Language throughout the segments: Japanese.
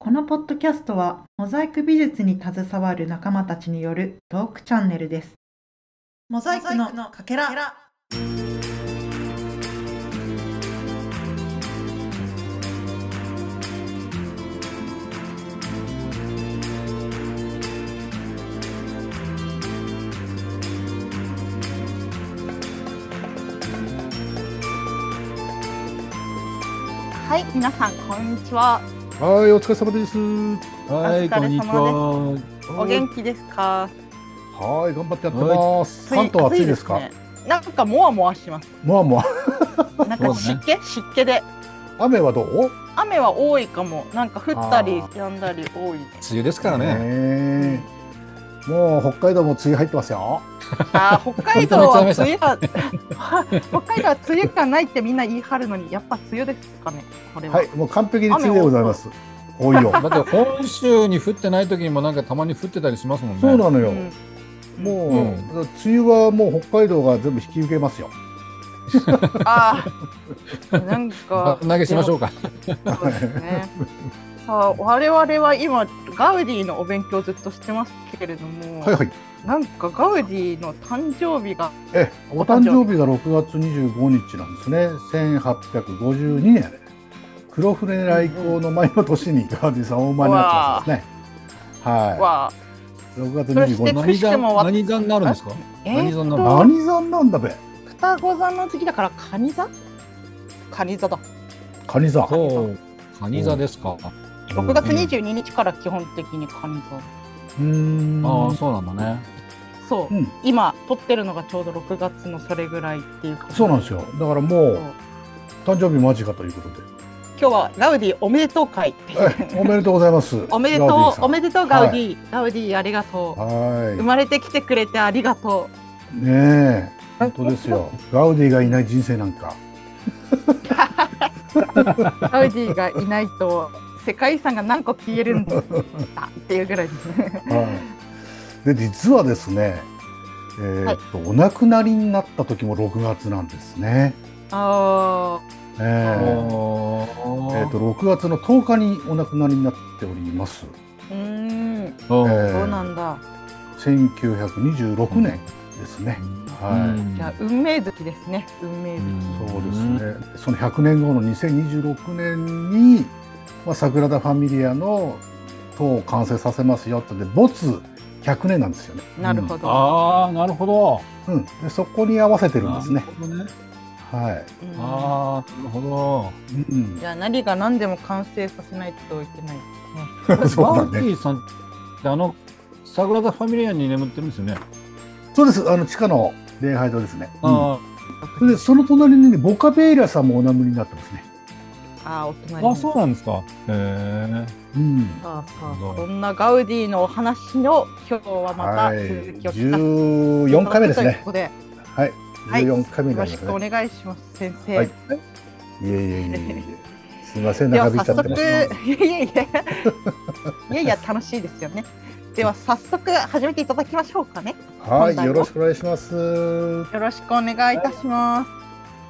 このポッドキャストはモザイク美術に携わる仲間たちによるトークチャンネルです。モザイクのかけら。 はい、皆さんこんにちは。 はい、お疲れ様です。 お疲れ様です。おはい元気ですか？ はい、頑張ってやってます。関東暑いですか？ 暑いですね。なんかもわもわします。 もわもわ。 なんか湿気で。 雨はどう？ 雨は多いかも。なんか降ったり止んだり多い。 梅雨ですからね。 もう北海道も梅雨入ってますよ。 北海道は梅雨が北海道は梅雨がないってみんな言い張るのに、やっぱ梅雨ですかね。これは。 はい、もう完璧に梅雨でございます。多いよ。 だって本州に降ってない時にもなんかたまに降ってたりしますもんね。 そうなのよ。もう、梅雨はもう北海道が全部引き受けますよ。 なんか投げしましょうか。 そうですね。我々は今ガウディのお勉強をずっとしてますけれども、 はいはい。 なんかガウディの誕生日がお誕生日が6月25日なんですね。1852年。黒船来航の前の年にガウディさんお生まれになってますね。はい。6月25日。 何座になるんですか？ 何座なんだべ。 双子座の次だから蟹座？蟹座だ。 蟹座。 蟹座ですか。 6月22日から基本的に蟹座。 ああ、そうなんだね。 そう、今撮ってるのがちょうど6月のそれぐらいっていうか。 そうなんですよ。だからもう誕生日間近ということで。 今日はガウディおめでとう会。 おめでとうございます。 おめでとうガウディ、ガウディありがとう。生まれてきてくれてありがとう。ねえ、本当ですよ。ガウディがいない人生なんか。 ガウディがいないと世界遺産が何個消えるんだっていうぐらいですね。 で実はですね、お亡くなりになった時も6月なんですね。 6 月の10日にお亡くなりになっております。 そうなんだ。 1926年ですね。 じゃあ運命月ですね。運命月。 そうですね。その100年後の2026年に、サグラダ・ファミリアの塔を完成させますよってで没100年なんですよね。 なるほど。 ああ、なるほど。 でそこに合わせてるんですね。はい。 なるほど。 じゃあ何が何でも完成させないといけないですね。ガウディさんってサグラダ・ファミリアに眠ってるんですよね。 そうです。地下の礼拝堂ですね。でその隣にボカベイラさんもお眠りになってますね。 お隣に。 そうなんですか。 そんなガウディのお話の今日はまた続きを聞かせて 14回目ですね。はい。14回目になりますね。 よろしくお願いします、先生。 いえ。すみません、長引いちゃってます。 いや楽しいですよね。では早速始めていただきましょうかね。 はい、よろしくお願いします。 よろしくお願いいたします。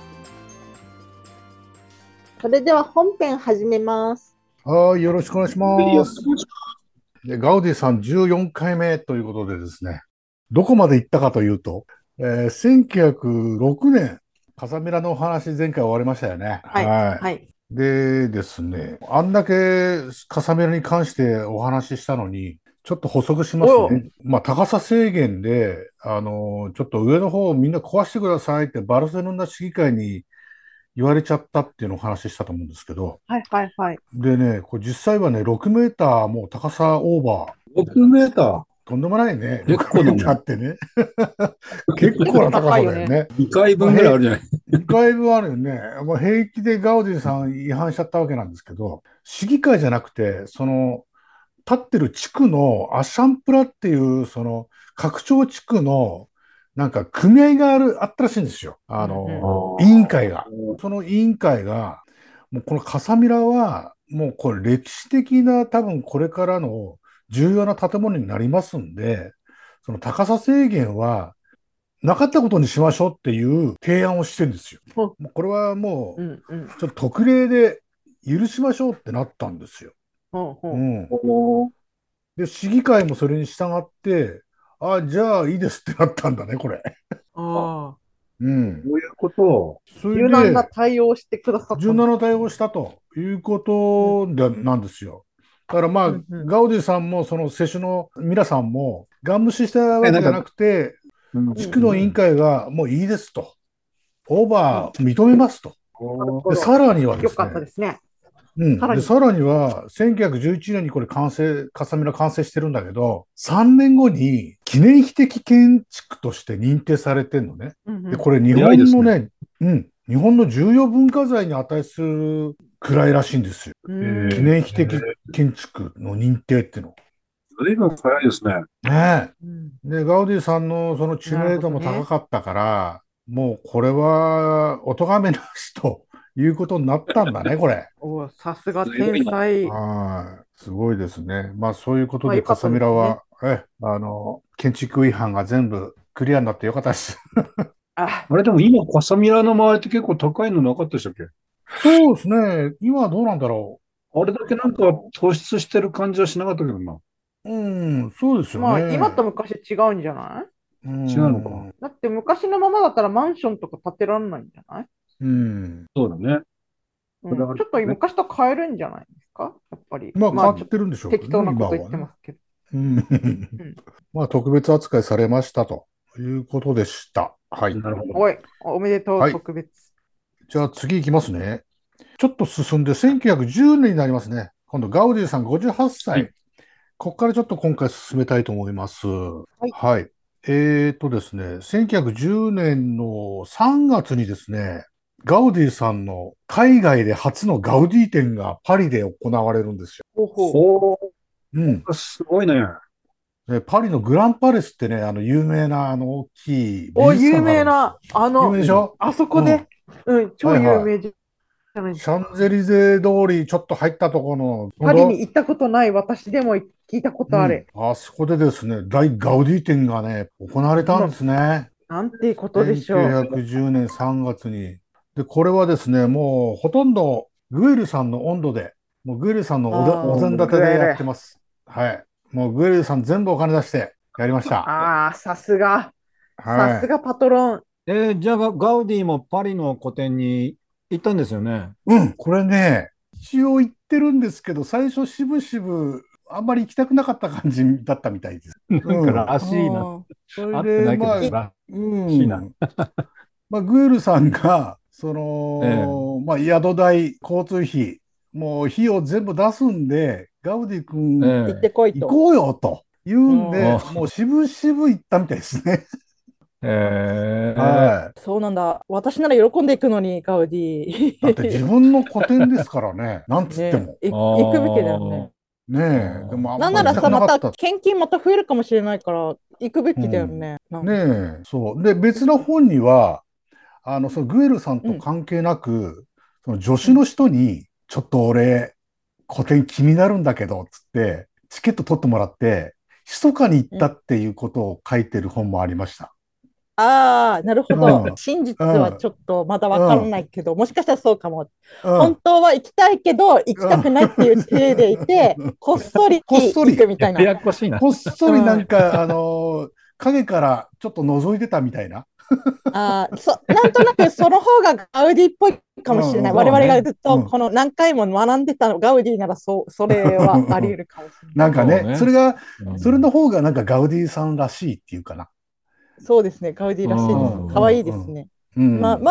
それでは本編始めます。 はい、よろしくお願いします。ガウディさん14回目ということでですね、どこまで行ったかというと、1906年、カサミラのお話前回終わりましたよね。はい。でですね、あんだけカサミラに関してお話ししたのに、ちょっと補足しますね。高さ制限で、ちょっと上の方をみんな壊してくださいってバルセロナ市議会に言われちゃったっていうのをお話ししたと思うんですけど。でね、これ実際はね、6メーターもう高さオーバー。6メーターとんでもないね。6メーターってね。結構な高さだよね。 2回分ぐらいあるじゃない。 2回分あるよね。平気でガウディさん違反しちゃったわけなんですけど、市議会じゃなくて、立ってる地区のアシャンプラっていう拡張地区のなんか組合があったらしいんですよ。委員会が。その委員会がもうこのカサミラはもうこれ歴史的な多分これからの重要な建物になりますんで、その高さ制限はなかったことにしましょうっていう提案をしてるんですよ。これはもうちょっと特例で許しましょうってなったんですよ。 うほうほう。 ん。で、市議会もそれに従って、あ、じゃあいいですってなったんだね、これ。 ああ、 うん。 そういうことを。 それ柔軟なで、 対応をしてくださったんです柔軟な対応をしたというこうん。 とでなんですよ。だからまあ、 うんうん。 ガウディさんもその世主の皆さんも、ガン無視したわけじゃなくて、地区の委員会がもういいですと。オーバー認めますと。で、さらにはでよかっすね、 たですね。 で、 さらに。 さらには、1911年にこれカサミラ完成してるんだけど、3年後に記念碑的建築として認定されてるのね。で、 うんうん。 これ日本のね、日本の重要文化財に値するくらいらしいんですよ。記念碑的建築の認定っていうの。 随分早いですね。 ねうん。 え。で、ガウディさんのその知なる名度も高ほどね。 かったから、もうこれは、お咎めなしということになったんだね、これ。 お、さすが天すごいな。 才。 はい。すごいですね。まあそういうことまあ、 で、 よかったカサミですね。 ラは、建築違反が全部クリアになってよかったです。 あ、 あれでも今、カサミラの周りって結構高いのなかったでしたっけ？ そうですね。今はどうなんだろあれだけなんか突出してる感じはしなかったけどな。 う。うん、そうですよまあ、今とね。 昔違うんじゃない？ う違うのか。 ん、 だって昔のままだったらマンションとか建てられないんじゃない？ うん。 そうだね。 うん。 それはあるちょっとね。 昔と変えるんじゃないですかやっぱり。 まあまあ、ちょっと変わってるんでしょうけ適どね、 当なこと言っ今はね。 てますけど。 うん。 うん。 まあ特別扱いされましたということでした。はい。 なるほど。 おい、おめでとう、 はい。 特別。 じゃあ次行きますね。ちょっと進んで1910年になりますね。今度ガウディさん58 はい。 歳。ここからちょっと今回進めたいと思います。 はい。 はい。ですね、1910年の3月にですね、ガウディさんの海外で初のガウディ展がパリで行われるんですよ。 ほうほほうん。 う、すごいね。 でパリのグランパレスってね、有名な大きいう。お、 美術有館があるんですよ。 名な、 有名でしょ？ あそこうん。 で、うん、超はいはい。 有名じゃないですか。 シャンゼリゼ通りちょっと入ったところの、 パリに行ったことない私でも聞いたことうん。 ある。 あそこでですね、大ガウディ展がね、行われたんですね。 なんていうことでしょ 1910年3月に。で、これはですね、もうほとんどグエルさんの温度で、もうグエルさんのおう。 膳立てでやっグエル。 てます。はい。もうグエルさん全部お金出してやりました。 ああ、さすが。さはい。 すがパトロン。 じゃあガウディもパリの個展に行ったんですよね。 うん、これね、一応言ってるんですけど、最初しぶしぶあんまり行きたくなかった感じだったみたいです。 なんかうん。 らしいな。 あそれで、 会ってないけど、 まあ、 らうしいな。 ん。まあ、グエルさんが、 えまあ、宿代、交通費、もう費用全部出すんで、ガウディ君行ってええこいと。 行こうよと言うんで、 あ、 もう渋々行ったみたいですね。 ええはい。 そうなんだ。私なら喜んでいくのに、ガウデだって自ィ。 分の個展ですからね、なんつってねも。 え、 あ行くべきだよあ、 ね。 ねえ、でもあんまり行きたなんならさ、またくなかった。 献金また増えるかもしれないから、行くべうん。 きだよね。 ねえ、そう。で、別の本には、そのグエルさんうん、 と関係なく、その助うん。 手の人に、ちょっと俺、個展気になるんだけど、つって、チケット取ってもらって、密かに行っうん。 たっていうことを書いてる本もありました。 ああ、なるほど。 うん、 真うん、 実はちょっとまだわからうん、 ないけど、もしかしたらそうかも。 うん、 本当は行きたいけど、行きたくないっていう体でいて、こっそりこっそ行くり、 みたいな。 ややこしいな。 こっそりなんうん。 か、影からちょっと覗いてたみたいな。 なんとなくその方がガウディっぽいかもしれない。我々がそうね。 ずっうん。 とこの何回も学んでたガウディならそれはあり得るかもしれない。 なんかね、 そうね。 それのうん。 方がなんかガウディさんらしいっていうかな。 そうですね、ガウディうらしいうです。 ん、 かわいいうん、うん。 ですね。 うん。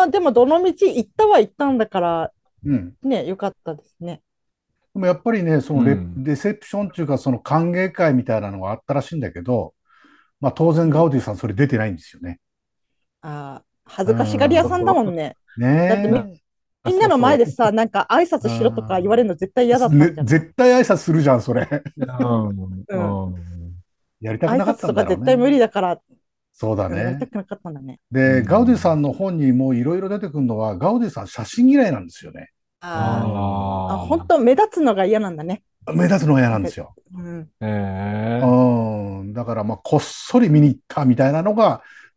まあでもどの道行ったんだからうん。 ね、よかったですね。 でもやっぱりね、そのうん。 レセプションっていうか、その歓迎会みたいなのがあったらしいんだけど、まあ当然うん。 ガウディさんそれ出てないんですよね。 恥うずかしがり屋ん。 さんだもんね。だってねみんなの前でそうそさ、なんか挨え。う拶しろとか言われるん。 の絶対嫌だったんじゃない？ 絶対挨拶するじゃん、それ。 う。うん。 うん。 うん。 やりたく挨なかったん拶とか絶対だろうね。 無理だから、 そうだね。 やりたくなかったんだね。 うで、ガウディさんん。 の本にもいろいろ出てくるのは、ガウディさん写真嫌いなんですよね。 あ本あ当目立つのが嫌なんだね。 目立つのが嫌なんか、 なんですよ。 うん。 あ。ええうん。だからまあ、こっそり見に行ったみたいなのが、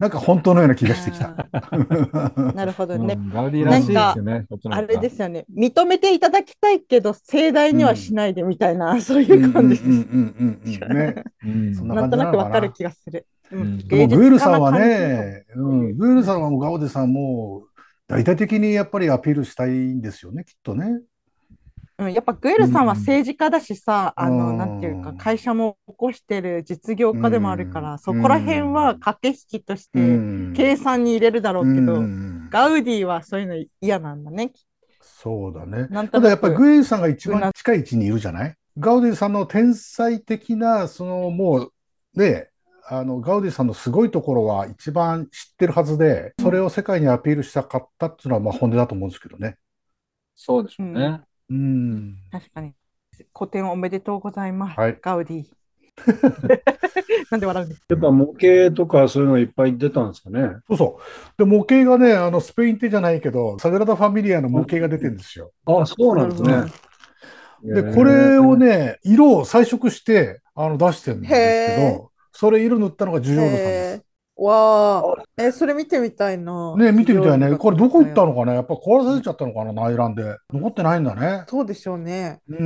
なんか本当のような気がしてきた。 なるほどね。 ガウディらしいですよね、こっちのあ方が。 れですよね。認めていただきたいけど、盛大にはしないでみたいな、そういう感じです。 ね。そんななんと感じなくわかるなのかな。 気がする。 でも、グ芸術家エルさんはな感じの。 ね、グエルさんはもうガウディさんも大々的にやっぱりアピールしたいんですよね、きっとね。 やっぱグエうルさんはん。 政治家だしさ、 うなんていうか、 ん。 会社も起こしてる実業う家でもあるかん。 ら、 うそこら辺はん。 駆け引きとしうて計ん。 算に入れるだろううけど、 ん。 ガウディはそういうの嫌なんだね。 そうだね。 なんとただやっぱりなく、 グエルさんが一番うな、 近い位置にいるじゃない。ガウディさんの天才的な、もう、ね、ガウディさんのすごいところは一番知ってるはずで、それを世界にアピールしたかったっていうのは、まあ本音だと思うんですけどね。 そうでしうん、 ょうね。 うん。 確かに。個展おめでとうございます、 はい。 ガウディ。なんで笑うんですやっぱ模型とかそういうのがいっぱい出たんですかね。 そうそう。で、模型がね、スペイン手じゃないけど、サグラダ・ファミリアの模型が出てるんですよ。 あ、そうか？ なんですね。 なるほど。 で、これをへね、色を彩色して、出してるへんですけえ、 ど、それ色塗ったのがジュジへョールさんです。 え、わあ、それ見てみたいな、 ね、見ジてみたいね。 ジョールがこれどこ行った塗ったやのかね。やっぱ壊されちゃったのかな、内覧で。残ってないんだね。 そうでしょうね。 うん。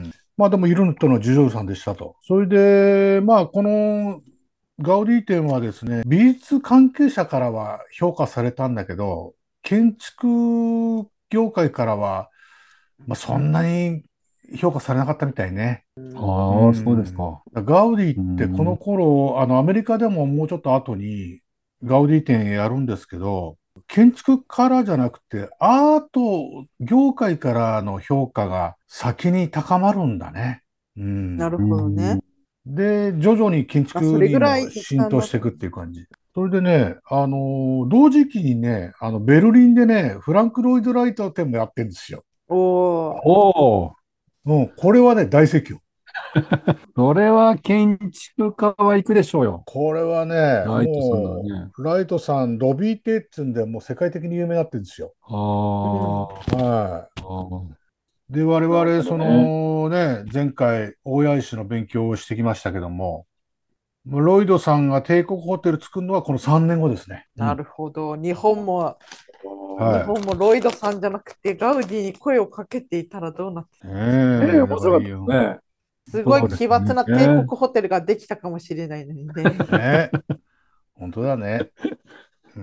まあでも、色塗ったのはジュジョールさんでしたと。それで、まあ、このガウディ展はですね、美術関係者からは評価されたんだけど、建築業界からは、まあ、そんなに評価されなかったみたいね。うああ、そうですん。 か。 ガウディってこのうん。 頃、アメリカでももうちょっと後にガウディ展やるんですけど、建築からじゃなくて、アート業界からの評価が先に高まるんだね。うなるん。 うほどね。 ん。 で、徐々に建まあ、そ築にもれぐらい時浸透していくっ間だとね。 ていう感じ。それでね、同時期にね、ベルリンでね、フランク・ロイド・ライト展もやってるんですよ。 おお、 おお、 うん、これはね、大盛況。 それは建築家は行くでしょうよ。 これはね、 ライトさんならもね。 う、ライトさん、ロビーテっつうんで、もう世界的に有名になってるんですよ。 あうん。 あ、 はあーい。で、我なる 々、 ほどね。 前回、大谷石の勉強をしてきましたけども、ロイドさんが帝国ホテル作るのはこの3年後ですね。うなん。 るほど。日は本もロイドさんじゃなくてガウディに声をかけていたらどうなってい。 たんですかね。 だ面白かったでからいいよ。 すね。 すごいそうです奇抜な帝国ね。 ホテルができたかもしれないのにね。 ね。本当だね。うん。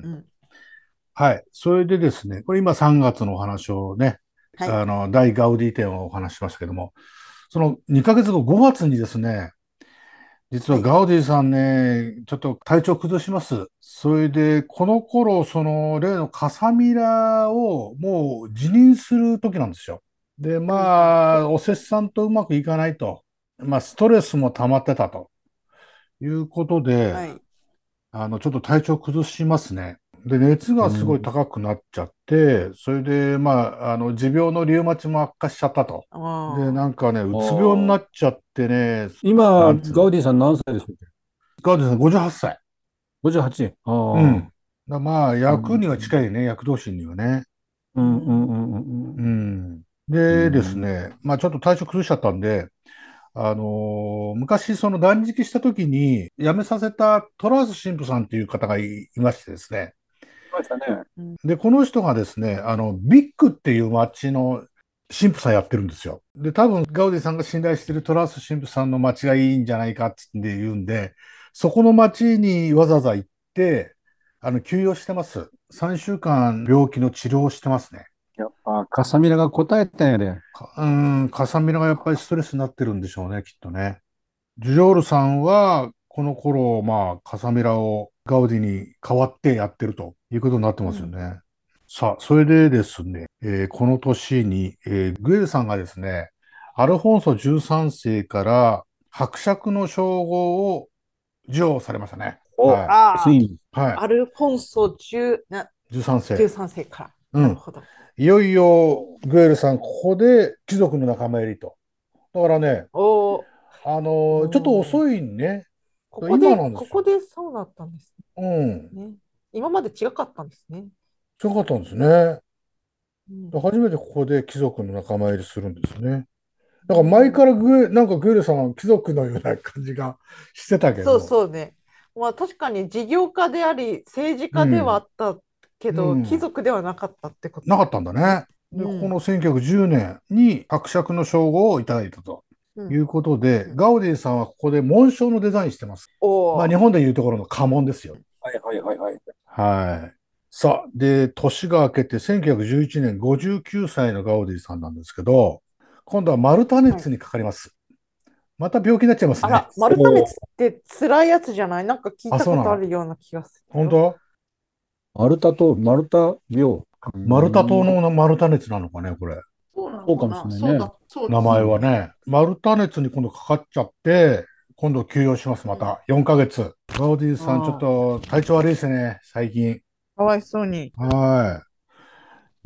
うん。 はい。それでですね、これ今3月のお話をね、 はい。 大ガウディ展をお話ししましたけども、その2ヶ月後、5月にですね、実ははい。 ガウディさんね、ちょっと体調崩します。それで、この頃、例のカサミラをもう辞任する時なんですよ。で、 うんうん。 まあ、おせっさんとうまくいかないと。まあ、ストレスも溜まってたということで、 はい。 ちょっと体調崩しますね。で、熱がすごいうん。 高くなっちゃって、それで、まあ、持病のリウマチも悪化しちゃったと。で、 あなんかね、うあつ病になあ。 っちゃってね、な今、 んつうの。 ガウディさん何歳でしょうか？ ガウディさん58歳。 58。ああ。 うん。まあ、 うん。 役には近いね、役同士にはね。 うあ。うんうんうん。 んうんうん。でですうん。 ね、まあ、ちょっと体調崩しちゃったんで、昔、その断食した時に辞めさせたトラース神父さんっていう方がいましてですね。 いましたね。 うん。 で、この人がですね、ビッグっていう町の神父さんやってるんですよ。で、多分、ガウディさんが信頼してるトラース神父さんの町がいいんじゃないかって言うんで、そこの町にわざわざ行って、休養してます。3週間病気の治療をしてますね。 やっぱ、カサミラが答えたんやで。 カサミラがやっぱりストレスになってるんでしょうね、きっとね。ジュジョールさんは、この頃、まあ、カサミラをガウディに代わってやってるということになってうん。 ますよね。さあ、それでですね、この年に、グエルさんがですね、アルフォンソ13世から伯爵の称号を授与されましたね。 お、 はああ、 ついに。 い。はい。 アルフォンソ 13世。 13世から。 うん。 なるほど。 いよいよ、グエルさん、ここで貴族の仲間入りと。だからね、 おお。 ちょっとうん。 遅いね。今なんですよ。 ここでそうなったんですうん。 ね。今まで違かったんですね。 そうかったんですね。 うん。 初めてここで貴族の仲間入りするんですね。だから前うん。 からなんかグエルさんは貴族のような感じがしてたけそうど、 そうね。 まあ確かに事業家であり政治家ではあうん。 ったけうど、貴ん。 族ではなかったってことなかったんだですね。 ね。で、ここうん。 の1910年に伯爵の称号をいただいたとうん。 いうことで、 うん。 ガウディさんはここで紋章のデザインしてます。 おまあ、日お。 本でいうところの家紋ですよ。 はいはいはいはい。 はい。さあ、で、年が明けて1911年59歳のガウディさんなんですけど、今度はマルタはい。 熱にかかります。また病気になっちゃいますね。 あら、マルタ熱って辛いやつじゃない？なんか聞いあ、 たことあそうなの。 るような気がするよ。 本当？ マルタ病。うーマルタ島ん。 のマルタ熱なのかね、これ。 そうなそうかもしのかな。 れないね。 名うん。 前はね。マルタ熱に今度かかっちゃって、今度休養します、まうん。 た。4ヶ月。ガウディさん、ちょっあと体調悪いですね、最近。 あ、かわいそうに。 はい。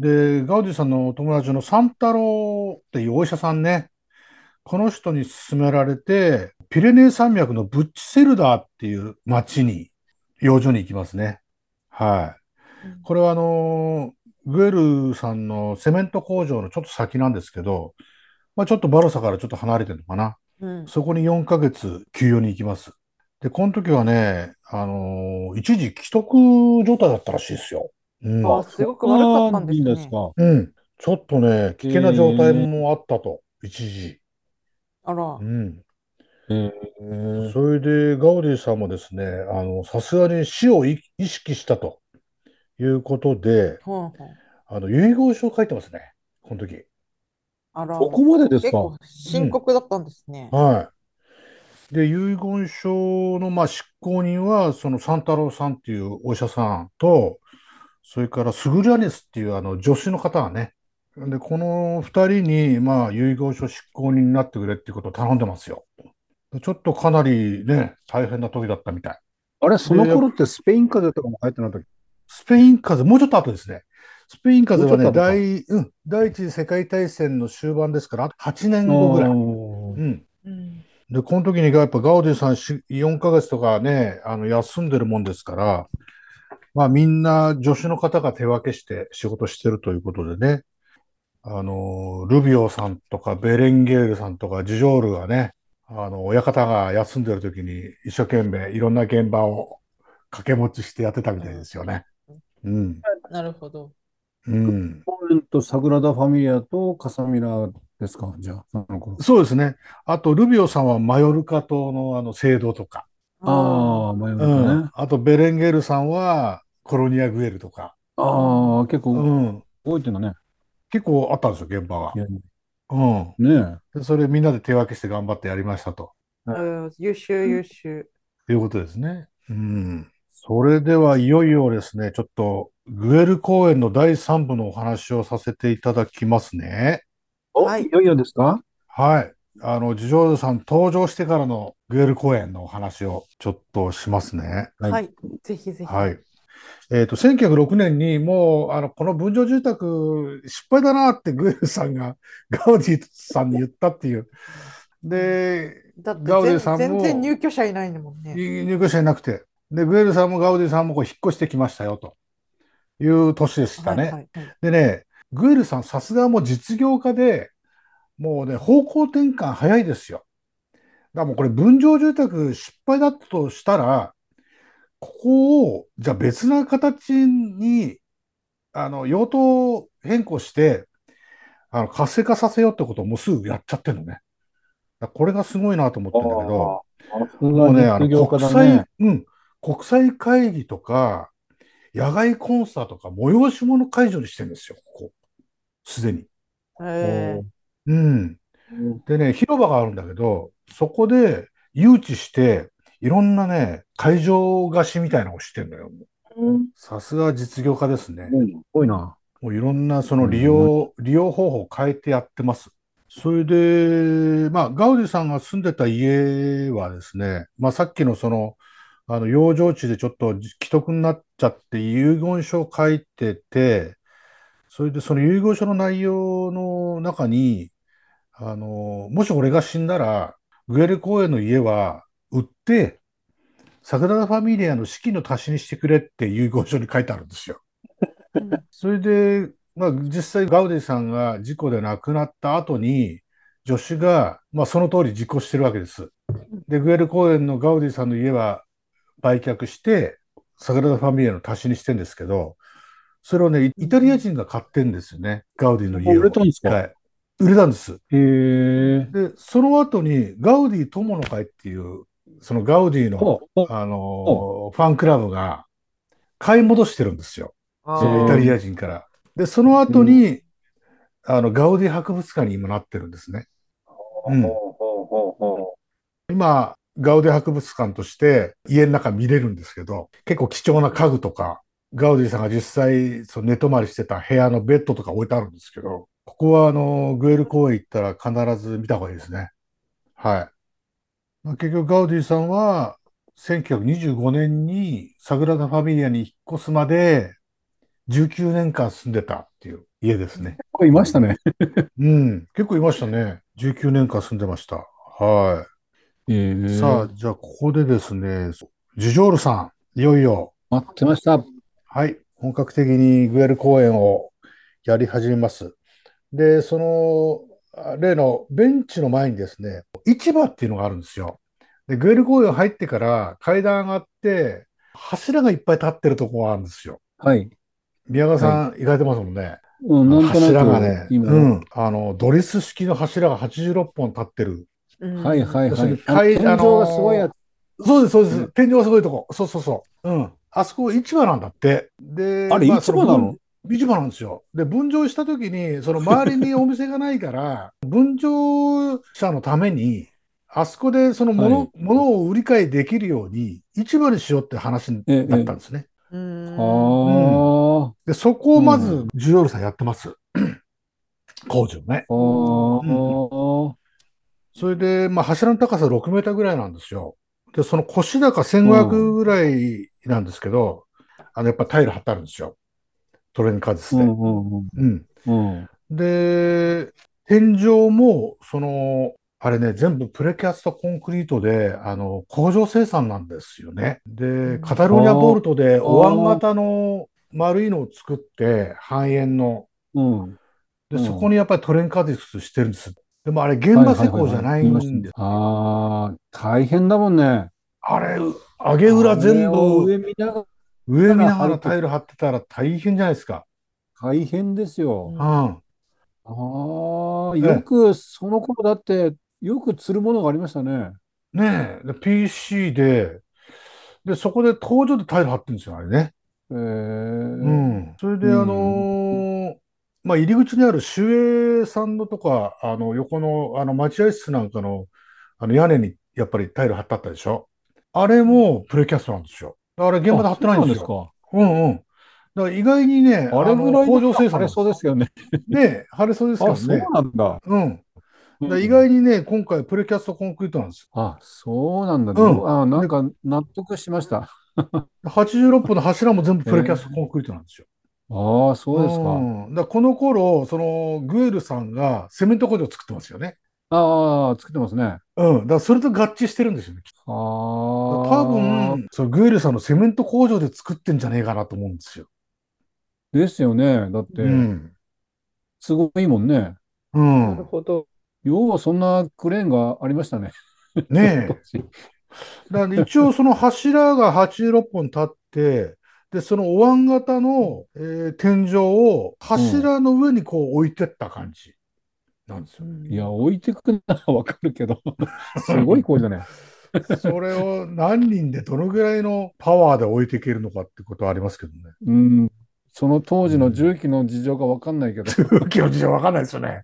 で、ガウディさんのお友達のサンタロウっていうお医者さんね。この人に勧められて、ピレネー山脈のブッチセルダーっていう町に、養生に行きますね。はい。 うん。 これはグエルさんのセメント工場のちょっと先なんですけど、まあ、ちょっとバルサからちょっと離れてるのかな。 うん。 そこに4ヶ月休養に行きます。で、この時はね、一時既得状態だったらしいですよ。うああ、 ん。 すごく悪かっああ、 たんでいいんすね。 ですか。 うん。ちょっとね、危険な状態えー、 もあったと、一時。 あら。 うん。 えー、 それで、ガウディさんもですね、さすがに死を意識したということで、 ほんほん。 遺言書を書いてますね。この時。 あら。 そこまでですか。 結構深うん。 刻だったんですね。 はい。で、遺言書の、まあ、執行人は、そのサンタロウさんっていうお医者さんと、それからスグルアニスっていう助手の方がね、で、この二人に、まあ、遺言書執行人になってくれっていうことを頼んでますよ。ちょっとかなりね、大変な時だったみたい。 あれ、そので、 頃ってスペイン風邪とかも流行ってなかったっけ？ スペイン風邪、もうちょっと後ですね。スペイン風もうち邪はね、 ょっと後か。 第一次世界大戦の終盤ですから、あと8 あ年後ぐらい。 あ、 うん。 うん。 で、この時にやっぱガウディさん4ヶ月とかね、休んでるもんですから、まあみんな助手の方が手分けして仕事してるということでね、ルビオさんとかベレンゲールさんとかジュジョールがね、親方が休んでる時に一生懸命いろんな現場を掛け持ちしてやってたみたいでうん。 すよね。うん。 なるほど。 うん。 公園とサグラダ・ファミリアとカサミラですか、じゃあ、その頃。 そうですね。あと、ルビオさんはマヨルカ島の制度とか、 あああ、マヨうん。 ルカね。 あと、ベレンゲールさんはコロニア・グエルとか、 あ。あああ、結構うん。 覚えてんだね。 結構あったんですよ、現場が。 いや、 うん。 ねでそれみんなで手分けして頑張ってやりましたと。 え。 あ。優秀、優秀。 いうことですね。うん。それではいよいよですね、ちょっとグエル公演の第3部のお話をさせていただきますね。 お、 はい。 いよいよですか？ はい。ジジョールさん登場してからのグエル公演のお話をちょっとしますね。 はい。 はい。ぜひぜひ。 はい。1906年にもう、この分譲住宅失敗だなってグエルさんがガウディさんに言ったっていう。 うん。 で、 だってガウディさん全然も入居者いないんだもんね。 入居者いなくて、で、グエルさんもガウディさんもこう引っ越してきましたよという年でしたね。 はいはいはい。 でね、グエルさんさすがもう実業家で、もうね、方向転換早いですよ。だからもうこれ分譲住宅失敗だったとしたら、ここを、じゃあ別な形に用途変更して、活性化させようってことをもうすぐやっちゃってるのね。だからこれがすごいなと思っあてるんだけど、 あ、さすがもうね、 実業家だね。 国際会議とか、野外コンサートとか、催し物会場にしてるんですよ、ここ。すでに。 えおえ。 うん。 ー、 でね、広場があるんだけど、そこで誘致して、いろんなね、会場貸しみたいなのをしてんだよ。 うん、 さすが実業家ですね。 すごいな。 もういろんなそのうん、 利用方法を変えてやってます。それで、まあ、ガウディさんが住んでた家はですね、まあ、さっきの養生地でちょっと既得になっちゃって遺言書を書いてて、それでその遺言書の内容の中に、もし俺が死んだら、グエル公園の家は売って、サグラダ・ファミリアの資金の足しにしてくれって遺言書に書いてあるんですよ。 うん。 それで、まあ、実際ガウディさんが事故で亡くなった後に、助手が、まあ、その通り実行してるわけです。で、グエル公園のガウディさんの家は売却して、サグラダ・ファミリアの足しにしてんですけど、それをね、イタリア人が買ってんですよね。ガウディの家を。 売れたんですか？ 一回売れたんです。 へえ。 で、その後にガウディ友の会っていう、そのガウディの、 ほうほうファンクラブが買い戻してるんですよ。そのイタリア人から。で、その後に、ガウディ博物館に今なってるんですね。うん。 ほうほうほうほ今、ガウディ博物館として家の中見れるんですけど、結構貴重な家具とか、ガウディさんが実際その寝泊まりしてた部屋のベッドとか置いてあるんですけど、ここはグエル公園行ったら必ず見た方がいいですね。はい。まあ、結局ガウディさんは1925年にサグラダ・ファミリアに引っ越すまで19年間住んでたっていう家ですね。 う。いましたね。 うん。結構いましたね。19年間住んでました。はい。さあ、じゃあここでですね、ジジョールさん、いよいよ、 待ってました。 はい、本格的にグエル公演をやり始めます。で、その、例のベンチの前にですね、市場っていうのがあるんですよ。で、グエル公園入ってから階段上がって、柱がいっぱい立ってるところがあるんですよ。 はい。 宮川はい。 さん行かれてますもんね。 うん、なんとな柱がく、 ね、 今、 ドレス式の柱が86本立ってる。 はいはい要するに、 はい。天井がすごいやつそうです、そうでね。 す。天井がすごいとこ。そうそうそう。うん。あそこ市場なんだって。で、 あれ、 まあ、 市場なの？ 市場なんですよ。で、分譲したときに、その周りにお店がないから、分譲者のために、あそこでそのはい。 物を売り買いできるように、市場にしようって話え、 だったんですね。うん。 はあ、 で、そこをうまず、 ん。 ジュヨールさんやってます。工事をね。 はうん。 あ、 それで、まあ、柱の高さ6メーターぐらいなんですよ。で、その腰高1500 うん。 ぐらいなんですけど、やっぱタイル張ってあるんですよ。トレーニングカーズで。 うん、うん、 うん。 うん。うん。 で、天井も、あれね、全部プレキャストコンクリートで、工場生産なんですよね。で、カタルーニャボはルトでお椀あ、 型の丸いのを作って、半円の。 うん、 で、 うそこん。 にやっぱりトレーニングカーズしてるんです。でもあれ、現はい場施はいはいはい。 工じゃない見ましたね。 んです。 ああ、大変だもんね。 あれ、上げあ裏全れを部、 上見な上見なががら貼るってらタイル張ってたら大変じゃないですか。 大変ですよ。 うん。 ああ、よえく、その頃だって、よく釣るものがありましたね。 ねえ、で PC で、そこで工場でタイル張ってるんですよ、あれね。 えうー、 ん。それで、 うん。 まあ、入り口にある守衛さんのとか、横の、待合室なんかの、屋根にやっぱりタイル張ってあったでしょ。あれもプレキャストなんですよ。あれ現場あ、 で張ってそうないんですよ。 なんですか。 うんうん。だから意外にね、 あれぐらいだ工場ったら晴れ生産なんです。 そうですよね。 ね、張れそうですけあ、そうどね。 なんだ。 うん。意うん。 外にね、今回プレキャストコンクリートなんです。 あ、そうなんだ。 うん。 なんで、 か納得しました。 86本の柱も全部プレキャストえコンクリートなんですよ。 ああ、 うそうですか。 ん。この頃、グエルさんがセメント工場を作ってますよね。 ああ、作ってますね。 うん。それと合致してるんですよね。多ああ、 分、グエルさんのセメント工場で作ってんじゃねえかなと思うんですよ。 ですよね。だって、 うん。 すごいもんね。 うなるん。 ほど。 よう、そんなクレーンがありましたね。 ねその当え。 時。 一応その柱が86本立って、で、そのお椀型の、天井をうん。 柱の上にこう置いてった感じなんですよね。 いや、置いてくならわかるけど、すごい工事だね。 それを何人でどのぐらいのパワーで置いていけるのかってことはありますけどね。 うん。その当時のうん。 重機の事情がわかんないけど。 気持ちじゃわかんないですよね。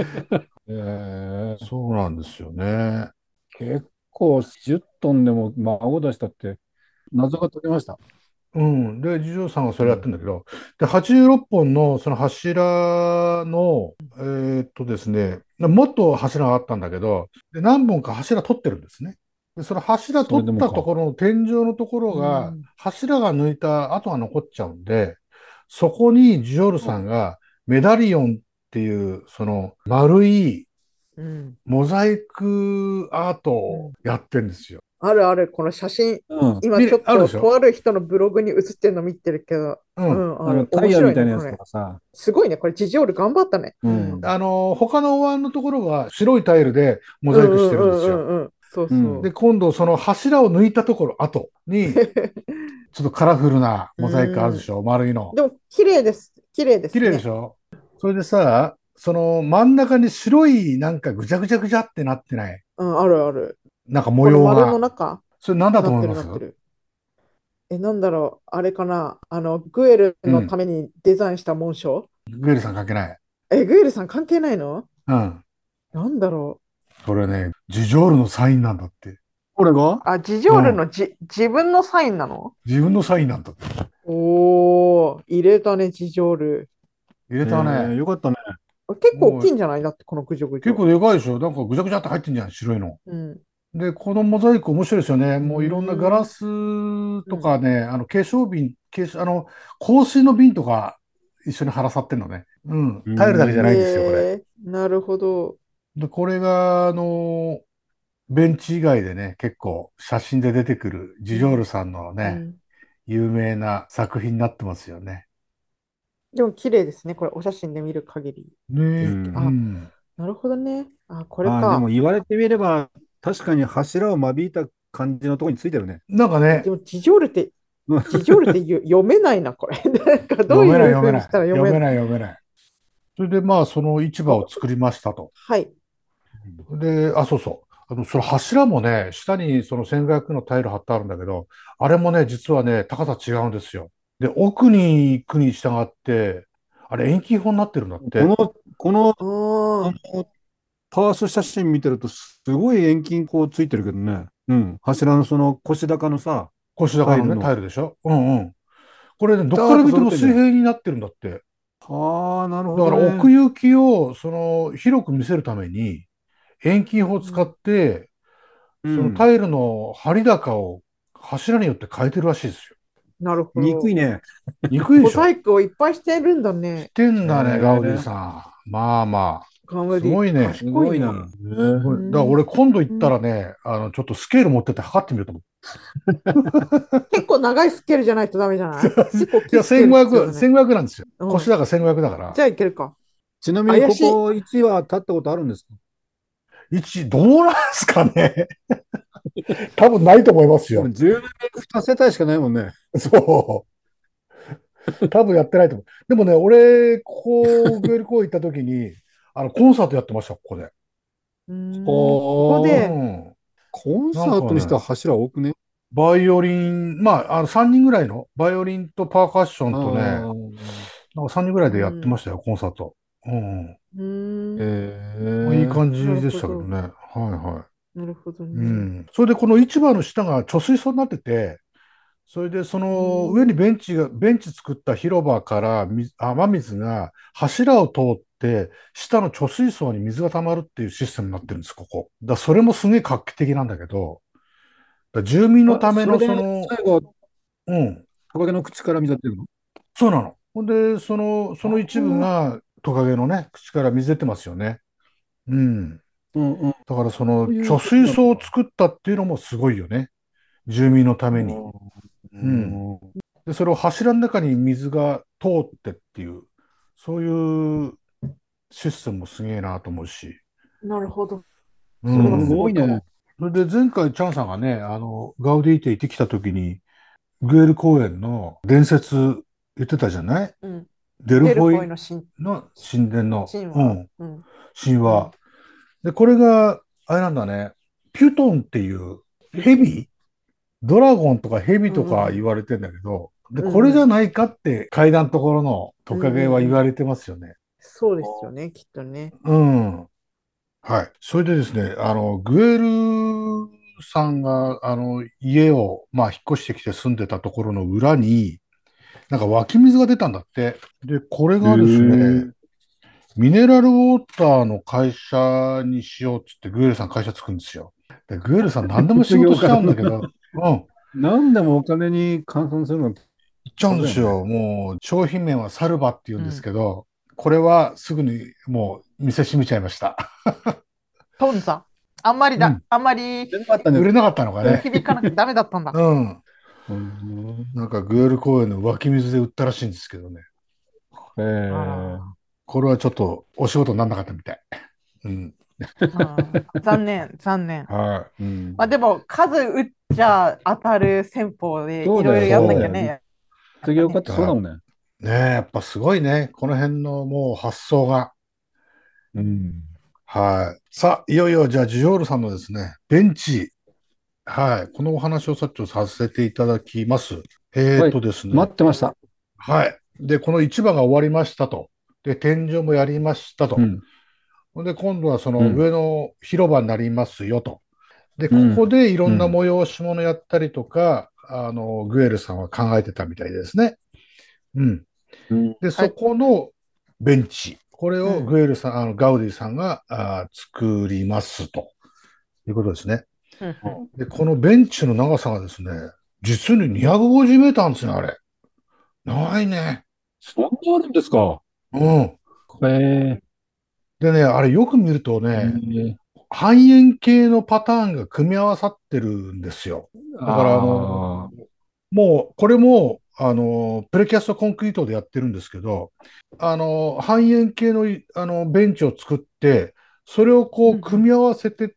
えー、 そうなんですよね。 結構10トンでも孫出したって謎が解けました。 うん。で、次女さんはそれやってうん。 るんだけど、で、86本のその柱の、ですね、もっと柱があったんだけど、で、何本か柱取ってるんですね。で、その柱そ取っれでもか。 たところの天井のところが、 うん。 柱が抜いた跡が残っちゃうんで、そこにジョールさんがメダリオンっていう、その丸いうん。 モザイクアートをうん。 やってるんですよ。 あるある、この写真、 うん。 今ちょっとあるでしょ。 とある人のブログに写ってるの見てるけど、 うん。 うん、ある。 タイ面白いね、 ヤみたいなやつこれ。 とかさ。 すごいね、これ、ジジオール頑張ったね。 ううん。 ん。 他のお椀のところは白いタイルでモうんザイクしてうんうるんですよ。 んうんうん。 そうそう。 で、今度その柱を抜いたところ、後に、ちょっとカラフルなモザイクあるでしょ、丸いの。 でも、綺麗です。綺麗です綺麗でね。 しょ。それでさ、その真ん中に白いなんかぐちゃぐちゃぐちゃってなってない。 うん、あるある。 なんか模この丸の様が。 中、 それ何だとなって思います？ るなってる。なんだろう、あれかな。グエルうん。 のためにデザインした紋章。 グエルさん関係ない。 グエルさん関係ないの？ うん。 なんだろそれね、ジジョールのサインなんだって。 これがう。あ、ジジョールうん。 の自分のサインなの？ 自分のサインなんだって。 おー、入れたね、ジジョール。 入れたね。 よかったね。 結構大もうきいんじゃない？だって、このぐじょぐじょ。 結構でかいでしょ。なんかぐちゃぐちゃって入ってんじゃん、白いの。 うん。 で、このモザイク面白いですよね。 うもういろんなガーん。 ラスとかね、化粧瓶、香水の瓶とか一緒に貼らさってんのね。うん。 うタイルだけじゃないんですよ、これ。 なるほど。 で、これが、ベンチ以外でね、結構写真で出てくるジジョールさんのね、 うん。 有名な作品になってますよね。 でも綺麗ですね。これ、お写真で見る限り。 ねえ、うあ、 ん。 なるほどね。あ、これでもか。 言われてみれば、確かに柱を間引いた感じのところについてるね。 なんかね、 でも、ジジョールって読めないな、これ。なんか、どう読めないいう読めない。 風にしたら読めない。 読めない読めない。それでまあ、その市場を作りましたと。 はい。 で、あ、そうそう。その柱もね、下にその1500のタイル貼ってあるんだけど、あれもね、実はね、高さ違うんですよ。で、奥に行くに従って、あれ遠近法になってるんだって。 この、 ああ、 パワース写真見てると、すごい遠近こうついてるけどね。うん。柱のその腰高のさ、 腰高のね、タタイルの。 イルでしょ。うんうん。これね、どっピターッとから見ても揃ってんじゃん。 水平になってるんだって。 なるほだから奥どね。 行きを、広く見せるために、遠近法を使っうん、 て、そのタうん。 イルの張り高を柱によって変えてるらしいですよ。 なるほど。 憎いね。 モザ憎いでしょ？ イクをいっぱいしてるんだしね。 てんだね、ガウディへえ、 さん。まあまあ。すガムディ、 ごいね。 すごいな。 賢いね。 すごい。だからうん、 俺今度行ったうん。 らね、ちょっとスケール持ってって測ってみようと思結構長いスケールじゃないとダメじゃない？ う。 結構大いや、 きいスケール必要 1500、 だね。 1500なんですよ。 うん。 腰高1500だから。 じゃあいけるか。 ちなみに怪しい。 ここ1は立ったことあるんですか？ どうなんですかね。多分ないと思いますよ。 でも10年2世帯しかないもんね。 そう。多分やってないと思う。でもね、俺、ここ、グエル公園行った時に、コンサートやってました、ここで。 ここうで、 ん。 コンなんかね、 サートにしては柱多くね。 バイオリン、まあ、3人ぐらいの、バイオリンとパーカッションとね、 ああ、 なんか3人ぐらいでやってまうん。 したよ、コンサート。うん。まあ、いいええ、 感じなるでしほど。 たけどね。はいはなるほどい。うね。 ん。それでこの市場の下が貯水槽になってて、それでそうの上にん。 ベンチ作った広場から雨水が柱を通って、下の貯水槽に水が溜まるっていうシステムになってるんです、ここ。それもすげえ画期的なんだけど、住民のためのそれで最後、 うん、 トカゲの口から水が出るの？ そうなの。ほんで、その一部ああ、 がトカゲのね、口から水出てますよね。うん。 うんうん。 だからそのそういう貯ことなんだ。 水槽を作ったっていうのもすごいよね。住民のたあめに。 あ、ううん。 ん、 で、それを柱の中に水が通ってっていう、そういうシステムもすげえなと思うし。 なるほど。 うそれはすすごん。 ごいね。 いかも。 それで前回チャンさんがね、ガウディーテ行ってきた時に、グエル公園の伝説言ってたじゃない？ うん。 デルデルフフォイォイの神、 の神殿の、 神話。 うん、 うん。 神話。 うん。 で、これが、あれなんだね、ピュトンっていう蛇ドラゴンとか蛇とかうん。 言われてんだけど、で、 うこれじゃん。 ないかって階段のところのトうん。 カゲうん。うん。 は言われてますよね。 そうですよね、きっとね。 うん。はい。それでですね、グエルさんが、家を、まあ、引っ越してきて住んでたところの裏に、なんか湧き水が出たんだって。で、これへがですね、 え。 ミネラルウォーターの会社にしようっつってグエルさん会社作るんですよ。で、グエルさん何でも仕実業家だ事しちゃうんだけど、うん、行何でもお金に換算するのってっちゃうんバカだよね。 ですよ。もう商品名はサルバって言うんですうん。 けど、これはすぐにもう店閉めちゃいました。 トンザ。 うん。 あんまり全部あったんじゃない？ 売れなかったのかね。 響かなくてダメだったんだ。 うん。 うん、 なんかグエル公園の湧き水で売ったらしいんですけどね。 えあえ。 ら。 これはちょっとお仕事にならなかったみたい。うん。 残念、残念。 はうん。 まあでも、数打っちゃ当たる戦法でいそうだよ、 ろいろやんなそうだよ。 きゃね。やっぱね。 実業家ってそうだもんね。 い。ねえ、やっぱすごいね。この辺のもう発想が。 うん。 はい。さあ、いよいよじゃあ、ジュジョールさんのですね、ベンチ。はい。このお話をさっきさせていただきます。 はい。 ですね。 待ってました。 はい。で、この市場が終わりましたと。で、天井もやりましたと。 うん。 ほんで、今度はそうん。 の上の広場になりますよと。で、ここうん。 でいろんなうん。 催し物やったりとか、グエルさんは考えてたみたいですね。うん。 うん。 で、そはい。 このベンチ。これをうん。 グエルさん、ガウディさんが作りますということですね。 うん。 で、このベンチの長さがですね、実に250メーターあるんですね、あれ。長いね。 そんなあるんですか。 うん。 へえ。 でね、あれよく見るとへね、 え。 半円形のパターンが組み合わさってるんですよ。だから、 ああ。 もう、これも、プレキャストコンクリートでやってるんですけど、半円形の、ベンチを作って、それをこう、組み合わせてって、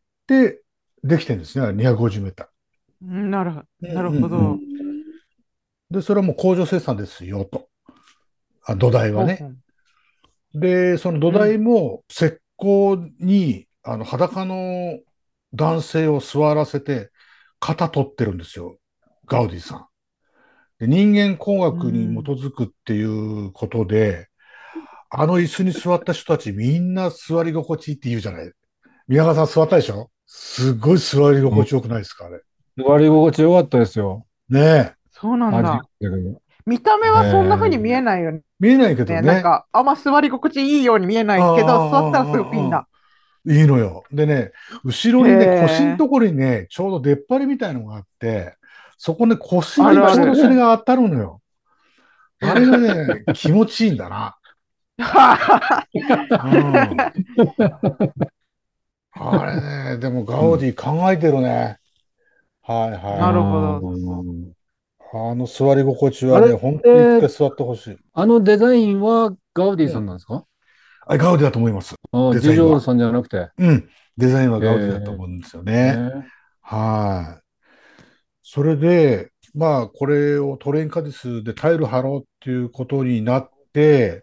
できてるんですね、250メータうん。なるほど。 ー。うんなるうんうん。 ほど。 で、それはもう工場生産ですよ、と。土台はね。 ほうほう。 で、その土うん。 台も石膏に裸の男性を座らせて型取ってるんですよ。ガウディさん。で、人間工う学に基ん。 づくっていうことで、あの椅子に座った人たちみんな座り心地いいって言うじゃない。宮川さん座ったでしょ？すっごい座り心地よくないですか、あれ。 座り心地よかったですよ。 ねそうなん味だだ。 けど。 見た目え。 はそんな風に見えねえ。 ないよ見えないけどね。なんね。 か、あんま座り心地いいように見えなああ、 いけど、座ったらすごくいいんああ、ああ、あだ。 あ、いいのよ。でね、後へろにね、腰のえ。 ところにね、ちょうど出っ張りみたいのがあって、そこね、腰あにちょうどるある。 それが当たるのよ。あれがね、気持ちいいんだな。うん。あれね、でもガうん。 ウディ考えてるね。はいあなはい。 るほど。 ーあの座り心地あれっはね、ほんと一回て、 座ってほしい。 あのデザインはガウディうん。 さんなんですか？ あ、ガウディだと思います。 ああ、 デザインは。 ジジョールさんじゃなくて。 うん。デザインはえガウディだとえ、 思うんですよね。 ええ、 はい。それで、まあ、これをトレインカディスでタイル張ろうっていうことになって、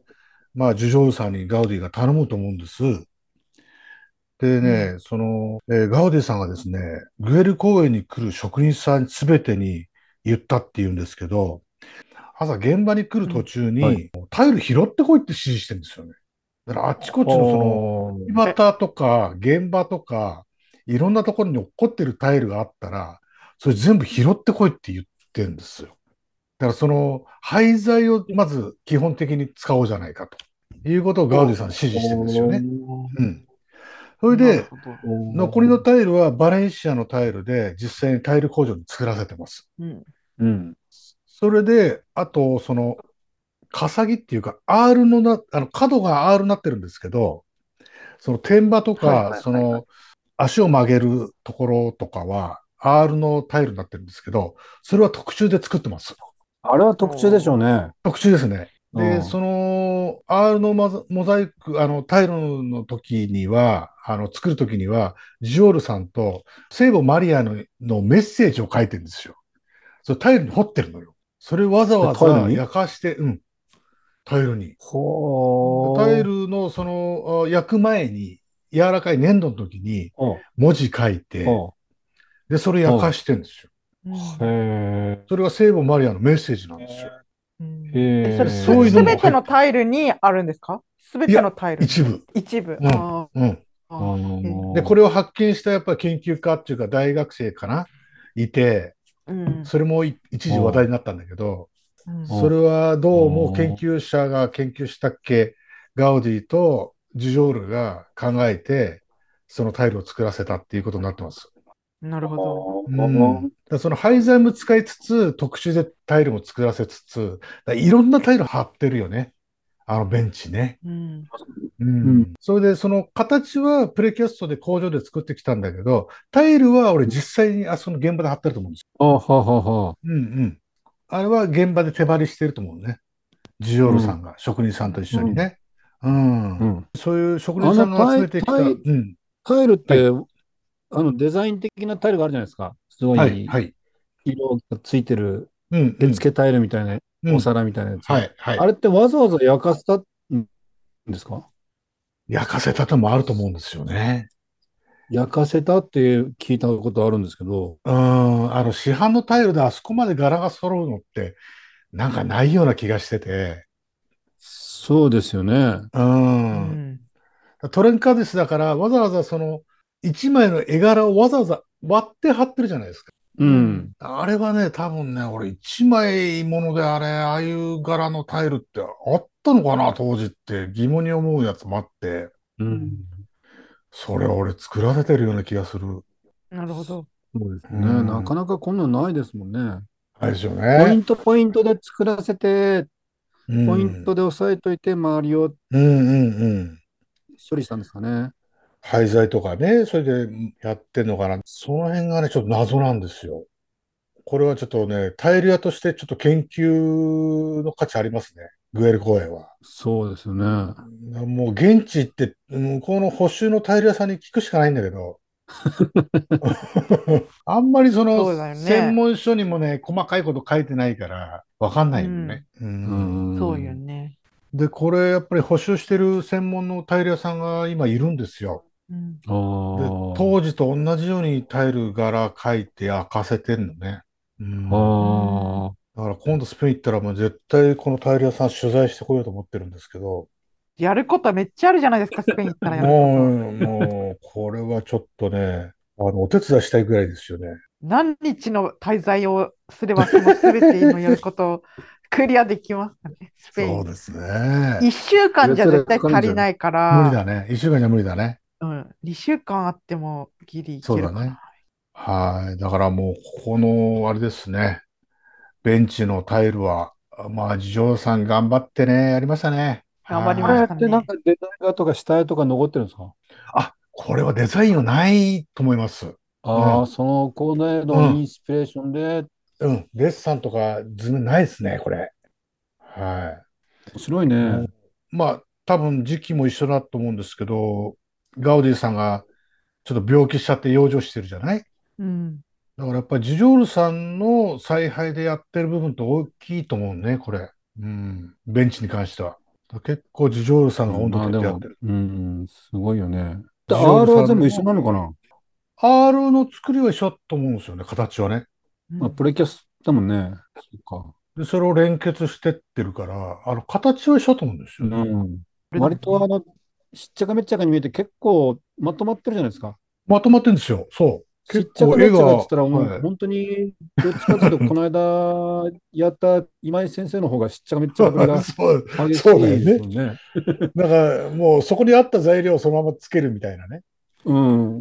まあ、ジュジョールさんにガウディが頼むと思うんです。でうん。 ね、ガウディさんがですね、グエル公園に来る職人さんすべてに言ったって言うんですけど、朝現場に来る途うん。 はい。 中にタイル拾ってこいって指示してるんですよね。だからあっちこっちのはえ、 岩田とか現場とか、いろんなところに落っこってるタイルがあったら、それ全部拾ってこいって言ってるんですよ。だから廃材をまず基本的に使おうじゃないかということをガウディさんに指示してるんですよね。うん。それで、 なるほど。 残りのタイルはバレンシアのタイルで実際にタイル工場に作らせてます。 うん。 うん。 それで、あと、重ぎっていうか、R の角が R になってるんですけど、その天場とか、 はいはい。 足を曲げるところとかは、R のタイルになってるんですけど、それは特注で作ってます。 あれは特注でしょうおー。 ね。 特注ですね。で、 うん。 R のモザイク、タイルの時には、作る時には、ジオールさんと聖母マリアのメッセージを書いてるんですよ。それタイルに彫ってるのよ。それわざえ、 わざタイルに。 焼かして、うん、タイルに。でタイほルの焼く前に、柔らかい粘土の時にう。 文字書いて、 はで、それあ、 焼かはしてるんですよ。 あ。へうん。 え。 それが聖母マリアのメッセージなんですよ。 うへん。それそういうのもすべて入ってる。 のタイルにあるんですか？すべいや、 てのタイルに。 一部。 一部。 うん、うん。 ああー。 で、これを発見したやっぱり研究家っていうか大学生かないて、 うん。 それも一時話題になったんだけど、 うん。 それはどうも研究者が研究したっけ、ガウディとジュジョールが考えて、そのタイルを作らせたっていうことになってます。 なるほど。 うん。だからその廃材も使いつつ、特殊でタイルも作らせつつ、いろんなタイル貼ってるよね。あのベンチね。 うん。 ううん。 ん。それで、その形はプレキャストで工場で作ってきたんだけど、タイルは俺実際にその現場で貼ってると思うんですあ、ははは。 よ。うんうん。あれは現場で手張りしてると思うね。ジオーうん。 ルさんが、職人さんと一うん。 緒にね。うん。 うん。 そういう職人あのさんが集めてきた、うん。 タイルっはい。 て、デザイン的なタイルがあるじゃないですか。すごはい。 いはい。 色がついてる、 うん。うん。 絵付けタイルみたいな、 うん。 お皿みたいなやつ。 はい。はい。 あれってわざわざ焼かせたんですか？ 焼かせた手もあると思うんですよね。 焼かせたって聞いたことあるんですけど、 市販のタイルであそこまで柄が揃うのって、なんかないような気がしてて、 そうですよね。 うん。 うん。 トレンカーディスだから、わざわざその、一枚の絵柄をわざわざ割って貼ってるじゃないですか。 ううん。 ん。 あれはね、多分ね、俺一枚ものであれ、ああいう柄のタイルってあったのかな、当時って疑問に思うやつもあって、 ううん。 ん。 それは俺作らせてるような気がする。 なるほど。 そうですうね。なん。 かなかこんなのないですもんね。 あれですよね。 ポイントで作らせて、 うポイントん。 で押さえといて、周りをうんうんうん。 処理したんですかね。 廃材とかね、それでやってんのかな。その辺がね、ちょっと謎なんですよ。これはちょっとね、タイル屋としてちょっと研究の価値ありますね。グエル公園は。 そうですよね。 もう現地行って向こうの補修のタイル屋さんに聞くしかないんだけど、あんまりそのそうだよね。 専門書にもね、細かいこと書いてないからわかんないのね。 うん。 ううん。 そうよん。 ね。 で、これやっぱり補修してる専門のタイル屋さんが今いるんですよ。 うん。 あで、 あ。 当時と同じようにタイル柄描いて焼かせてんのね。うん。 うん。 ああ。 だから今度スペイン行ったらもう絶対このタイル屋さん取材してこようと思ってるんですけど、 やることめっちゃあるじゃないですか、スペイン行ったらやること。 もう、これはちょっとね、お手伝いしたいぐらいですよね。 何日の滞在をすればそのすべてのやることをクリアできますかね、スペイン。 そうですね。 1週間じゃそれすら絶対かかるんじゃん。 足りないから、 無理だね。一週間じゃ無理だね。 うん、2週間あってもギリいけるかな。 そうだね。はい。だからもう、ここの、あれですね。ベンチのタイルは、まあ、地上さん頑張ってね、やりましたね。 頑張りまはい。 したね。 これってなんかデザイン画とか下絵とか残ってるんですか？ あ、これはデザインはないと思います。うああー、 ん。 そのコーナーのイうん。 ンスピレーションで、 うん。デッサンとか図面ないですね、これ。は面白いい。もね。 う、まあ、多分時期も一緒だと思うんですけど、ガウディさんがちょっと病気しちゃって養生してるじゃない。 うん。 だからやっぱりジジョールさんの采配でやってる部分って大きいと思うね、これ。うん。ベンチに関しては。結構ジジョールさんうん、 が温度まあでも、 取ってやってる。 うん、すごいよね。で、 ジジョール R はさん全部一緒なののかな？ R の作りは一緒だと思うんですよね、形はね。 まあ、 うん。 プレキャスだもんね。そっか。 で、それを連結してってるから、形は一緒だと思うんですよね。 うん。 これだもんね。 割としっちゃかめっちゃかに見えて結構まとまってるじゃないですか。 まとまってるんですよ。そう。 しっ結構絵が、 ちゃかめっちゃかって言ったらもうはい。 本当にどっちかというとこの間やった今井先生の方がしっちゃかめっちゃかぶりがそう、 激しいですそうだよね。 もんね。 だからもうそこにあった材料をそのままつけるみたいなね。 うん。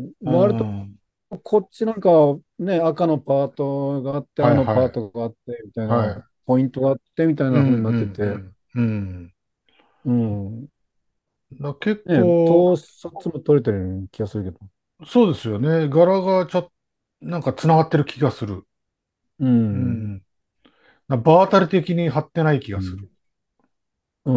う割とん。 こっちなんかね、赤のパートがあって、青のパーはいはい。 トがあって、みたいな、 はい。 ポイントがあって、みたいうんな風になってうんうて、 ん。うん。 うん。 結ね、 構、 盗撮も取れてる気がするけど。 そうですよね。柄がちょっと、なんか繋がってる気がする。 うん。 うん。場当たり的に貼ってない気うん。 がする。 うん。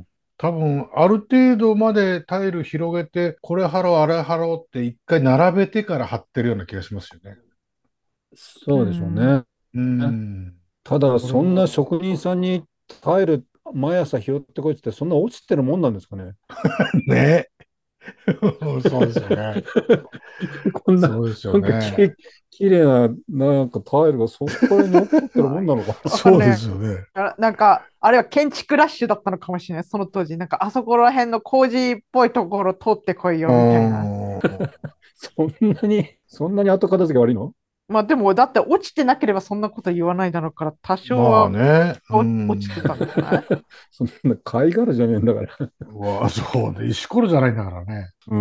多分、ある程度までタイル広げて、これ貼ろう、あれ貼ろうって一回並べてから貼ってるような気がしますよね。 うそうでしょうん。 ね。 うん。 ただ、 これそんな職人さんにタイル毎朝拾ってこいって、そんな落ちてるもんなんですかね。 ね。そうですよね。 こんな、 そうですよなんかね。 きれいな、なんかタイルがそこらに落っこってるもんなのかな。 そうでわかんない。 すよね。 なんか、あれは建築ラッシュだったのかもしれない、その当時。なんか、あそこら辺の工事っぽいところ通ってこいうよ、みたいな。 ん。 そんなに後片付け悪いの？ まあでも、だって落ちてなければそんなこと言わないだろうから、多少まあはね。う落ちてたんん。 じゃない？ そんな貝殻じゃねえんだから。 そうね。石ころじゃないんだからね。 うん。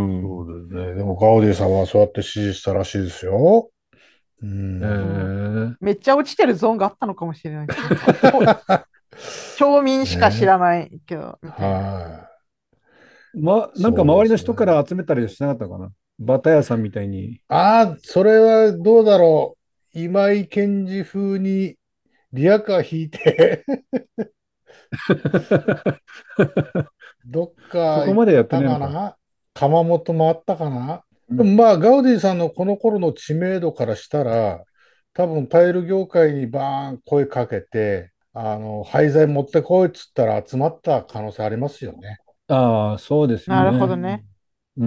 そうですね。でも、ガウディさんはそうやって指示したらしいですよ。うえん。 ー、 めっちゃ落ちてるゾーンがあったのかもしれない。なんか、町民しか知ね。 らないけど、みたいな。 はい。 なんかそうで周りのすね。 人から集めたりしなかったかな。バタ屋さんみたいに。 ああ、それはどうだろう。今井健二風にリアカー引いてどっか行っそこまでやってたねえのか。 かな。窯元もあったかな。 でもまあ、ガウディさんのこの頃の知名度からしたら、多分タイル業界にバーン声かけて、廃材持ってこいっつったら集まった可能性ありますよね。 ああ、そうですよなるほね。 どね。 うん。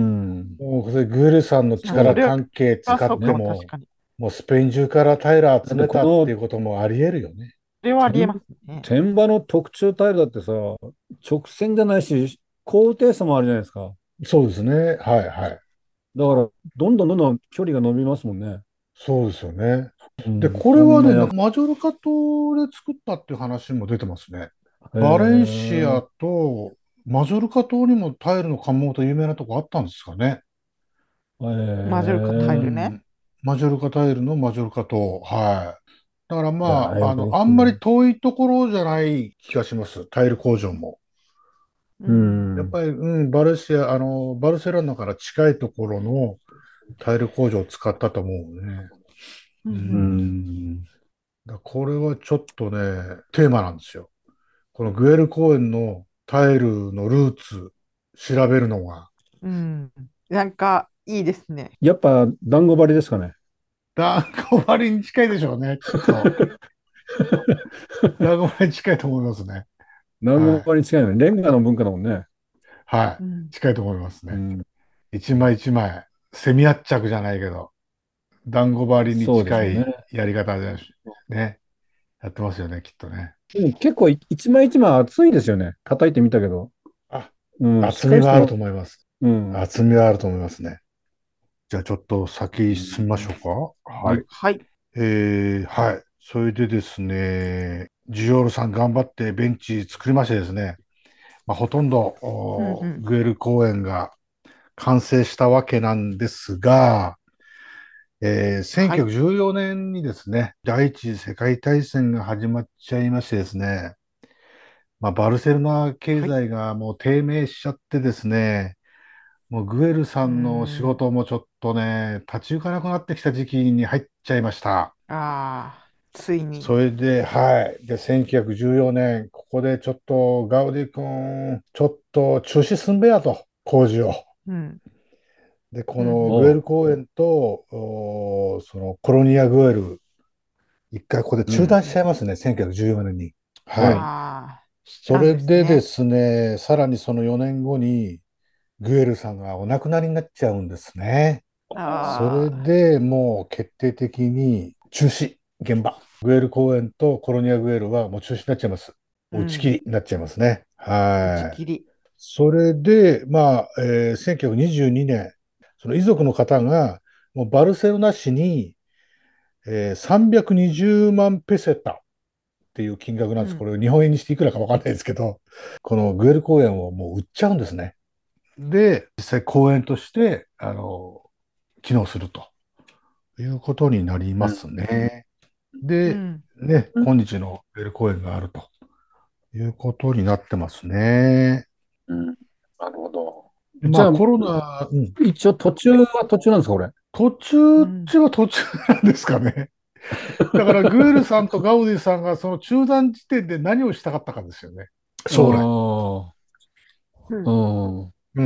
もうそれグエルさんのまあ、そ力れ関係使っはそうかても、 も確かに。 もうスペイン中からタイル集だってめたっていこのうこともあり得るよね。 それはありえま天、 すね。 天場の特注タイルだってさ、直線じゃないし、高低差もあるじゃないですか。 そうですね。はいはい。 だから、どんどんどんどん距離が伸びますもんね。 そうですよね。で、 うん。 これはね、 そんなや、 マジョルカ島で作ったっていう話も出てますね。 へバレンシえ、 アとマジョルカ島にもタイルの窯元有名なとこあったんですかね。 へマジョルカうタイルね。 ん。マジョルカタイルのマジョルカ島。はい。だからまあ、 だいぶ、 あんまり遠いところじゃない気がします。タイル工場も。 ううん。 ん。 やっぱり、バルシア、バルセロナから近いところのタイル工場を使ったと思うね。 うんうううん。 ん。 ん。 これはちょっとね、テーマなんですよ。このグエル公園のタイルのルーツ調べるのが、 うん。なんか、いいですね。 やっぱ、団子張りですかね。 ダーゴバリに近いでしょうね、きっと。ダーゴバリに近いと思いますね。 団子はい。 張りに近いのに、レンガの文化だもんね。 はい。 うん。 近いと思いますね。 うん。 一枚一枚、セミ圧着じゃないけど、団子張りにそうでし近いょうね。 やり方で、ね、やってますよね、きっとね。 でも結構一枚一枚厚いですよね。叩いてみたけど。 あ、 うん。しっ厚みはあるとかりしてる。 思います。 うん。 厚みはあると思いますね。じゃあちょっと先進みましょうか。 はい。 はい。 はい。 はい。それでですね、ジオールさん頑張ってベンチ作りましてですね、まあ、ほとんどうんうん。 グエル公園が完成したわけなんですが、 はい。 1914年にですね、第一次世界大戦が始まっちゃいましてですね、まあ、バルセロナ経はい。 済がもう低迷しちゃってですね、もうグエルさうんの仕ん。 事もちょっとね、立ち行かなくなってきた時期に入っちゃいました。 ああ、ついに。 それで、はい。で、1914年、ここでちょっとガウディ君、ちょっと中止すんべやと、工事を。 うん。 で、こうん。 のグエルおう。 公園と、そのコロニアグエル、一回ここで中断うん。 しちゃいますね、1914年に。はい。 はい。 ああ、しちそゃうんれででですね。 すね、さらにその4年後に、グエルさんがお亡くなりになっちゃうんですね。それああ、 でもう決定的に中止、現場。グエル公園とコロニアグエルはもう中止になっちゃいます。もう打ち切うん。 りになっちゃいますね。 打ちはい。 切り。 それで、まあ、1922年、その遺族の方が、もうバルセロナ市に、320万ペセタっていう金額なんです。こうん。 れ日本円にしていくらかわかんないですけど、このグエル公園をもう売っちゃうんですね。で、実際公園として、機能するということになりますうん。 ね。で、 うん。 ね、今日のグエル公園があるということになってますね。 うん。なるほど。じゃあ、 まあコロナ、 一応途中なんですか、これ。 途中っうん。 ちは途中なんですかね。だからグエルさんとガウディさんがその中断時点で何をしたかったかですよね。 あ将来。 あ、 うんうん。 うん。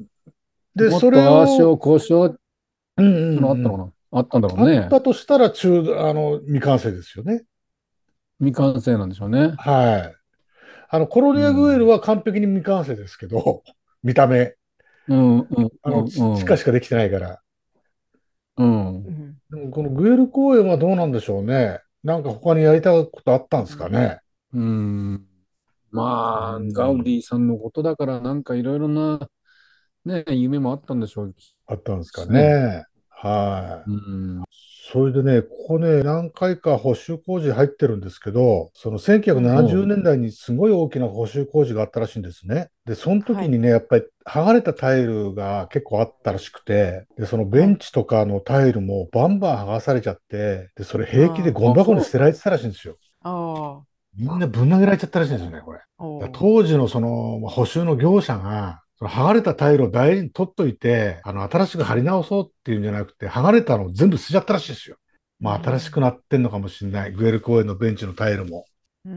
で、 もっそれとああしよう、 を、 こうしようっうんてのあっうんうん。 たのかな。あったんだろうあっね。 たとしたら未完成ですよね。 未完成なんでしょうね。 はい。コロうニアグエルん。 は完璧に未完成ですけど、見た目。 うん、うん、うん、 地うん。 下しかできてないから。 うん。 うん。 でもこのグエル公園はどうなんでしょうね。なんか他にやりたいことあったんですかうん。 ね。 うん。 うまあ、ガウデん。 ィさんのことだから、なんかいろいろな、ね、夢もあったんでしょうあったんですかしね。 ね。はい。 うん。 それでね、ここね、何回か補修工事入ってるんですけど、その1970 うんおう。 年代にすごい大きな補修工事があったらしいんですね。で、そのはい。 時にね、やっぱり剥がれたタイルが結構あったらしくて、で、そのベはい。 ンチとかのタイルもバンバン剥がされちゃって、で、それ平気であゴミあ、 箱に捨てられてたらしいんですよ。 あ。ああ。 みんなぶん投げられちゃったらしいんですよね、これ。だかおう。 ら当時のそのまあ補修の業者が、その剥がれたタイルを大事に取っといて、新しく貼り直そうっていうんじゃなくて、剥がれたのを全部捨てちゃったらしいですよ。 うまあ、新しくん。 なってんのかもしれない。グエル公園のベンチのタイルも。 うん。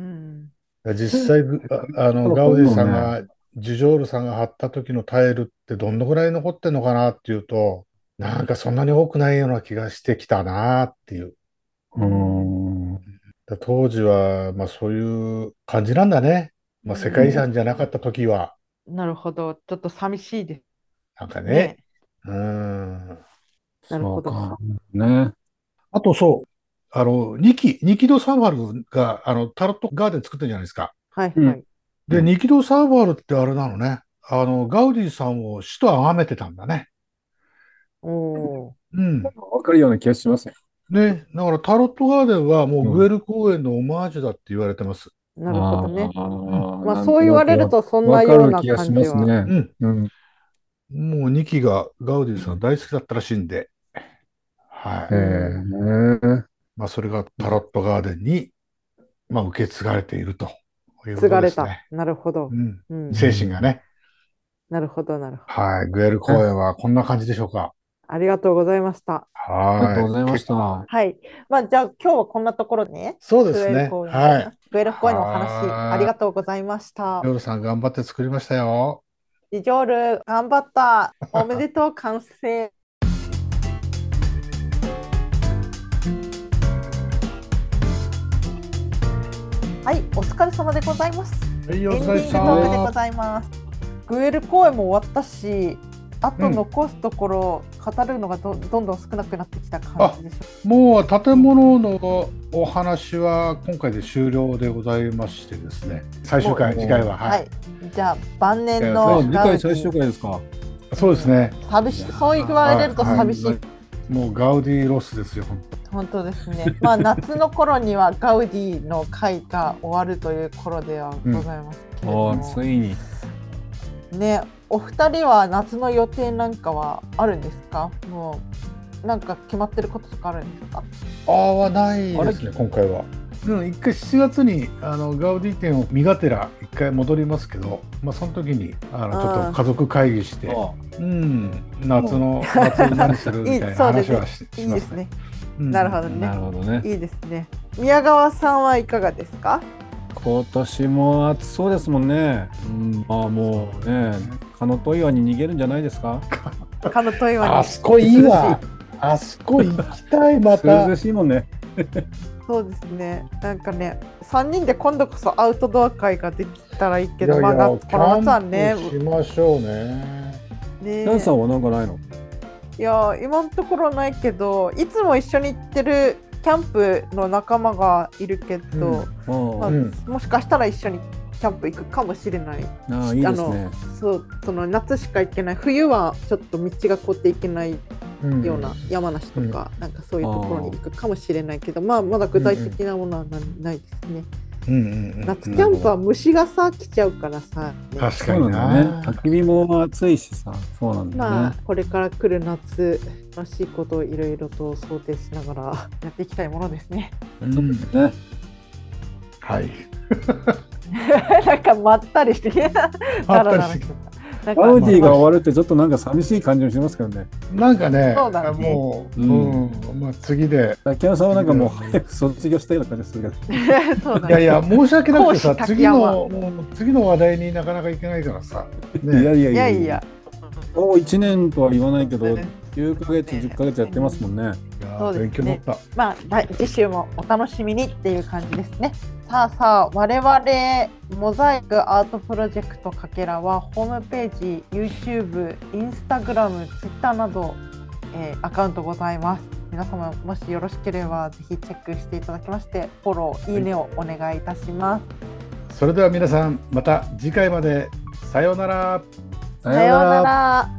実際、ガウディこういうのね。 さんが、ジュジョールさんが貼った時のタイルってどのぐらい残ってんのかなっていうと、 なんかそんなに多くないような気がしてきたなっていう。 うーん。 当時は、まあそういう感じなんだね。まあ世界遺産じゃなかった時は、 なるほど。ちょっと寂しいでなんかすね。 ね。うん。 なるほど。 そうか。ね。 あとそう、ニキドサーバルが、タロットガーデン作ってるじゃないですか。 うんはいはい。 で、ニキドサーバルってあれなのね。ガウディさんを死と崇めてたんだね。 おおうん。 わかるような気がしますね。 で、だからタロットガーデンはもううんグエル公園のオマージュだって言われてます。 ー、なるほどね。まあなんそう言われるとそんなわかようなる気がし感じは。 ますね。 うん。 うん。 もうニキがガウディさん大好きだったらしいんで、はへい。 え。 まあ、それがタロットガーデンに、まあ、受け継がれているというこ継がれた。 とですね。 なるほど。 うん。 うん。 精神がね。 なるほど、なるほど。 はい。グエル公園はこんな感じでしょうか。 ありがとうございました。 ありがとうごはい。 ざいました。 はい。まあじゃあ今日はこんなところでね。 そうですね。 グエル公園はい。 グエル公園のお話、ありはがとうございましたい。。ヨルさん頑張って作りましたよ。 イジョール、頑張った。おめでとう、完成。はい、お疲れ様でございます。 はい、 エンディングトお疲れ様ークでございます。グエル公演も終わったし、あとうん残すところ、語るのがどんどん少なくなってきた感じでしょもう建物のお話は今回で終了でございましてですね。最終回、 もう次回は。 う。 ははいい。。じゃあ晩年いやの次ガウディ回最終回ですか。 そうですね。 寂しい、そう言われると寂しい。 はいもうガウディロスですよ。 本当ですね。まあ夏の頃にはガウディの会が終わるという頃ではございますけれどああ、 も、 ついに。 ね、お二人は夏の予定なんかはあるんですか？もうなんか決まってることとかあるんですか？ はないですね、今回は。一回7月にガウディ展を身がてら一回戻りますけど、まあ、その時にちょっと家族会議して、夏何するみたいな話はしいいですね。 うんなるほどね。 なるほどね。 いいですね。宮川さんはいかがですか？ 今年も暑そうですもんね。まあもうね、カノトイワに逃げるんじゃないですか。 カノトイワにあそこいいわ。あそこ行きたい、また。 涼しいもんね。 そうですね。なんかね、3人で今度こそアウトドア会ができたらいいけど、 いやいやまあこの夏はね、 キャンプしましょうね。 ねヤンさんはなんかないの？ いや今のところないけど、いつも一緒に行ってるキャンプの仲間がいるけど、まあもしかしたら一緒にキャンプ行くかもしれない。 ああ、いいですね。 その夏しか行けない、冬はちょっと道が凍っていけないような山梨とか、なんかそういうところに行くかもしれないけど、まあまだ具体的なものはないですね。夏キャンプは虫がさ来ちゃうからさ、 確かにそうなんだよね。焚き火も暑いしさ、そうなんだよね。 まあこれから来る夏らしいことをいろいろと想定しながらやっていきたいものですね。 そうですね。 はい。 なんかまったりしてまったりしてなんガウディが終わるってちょっとなんか寂しい感じもしますけどね。 なんかね、 そうだねもう、まあ次で。 竹山さんはなんかもう早く卒業したような感じするけど。 そうだね。 いやいや、申し訳なくてさ、 講師竹山もう次の話題になかなかいけないからさ。 いやいやいいややいや、 もう1年とは言わないけど、 ね 9ヶ月、10ヶ月やってますもんね。 そうですね勉強になった。 まあ次週もお楽しみにっていう感じですね。さあ我々モザイクアートプロジェクトかけらはホームページ、YouTube、Instagram、Twitter など、アカウントございます。皆様もしよろしければぜひチェックしていただきまして、フォロー、いいねをお願いいたします。 それでは皆さん、また次回まで。さようなら。 さようなら。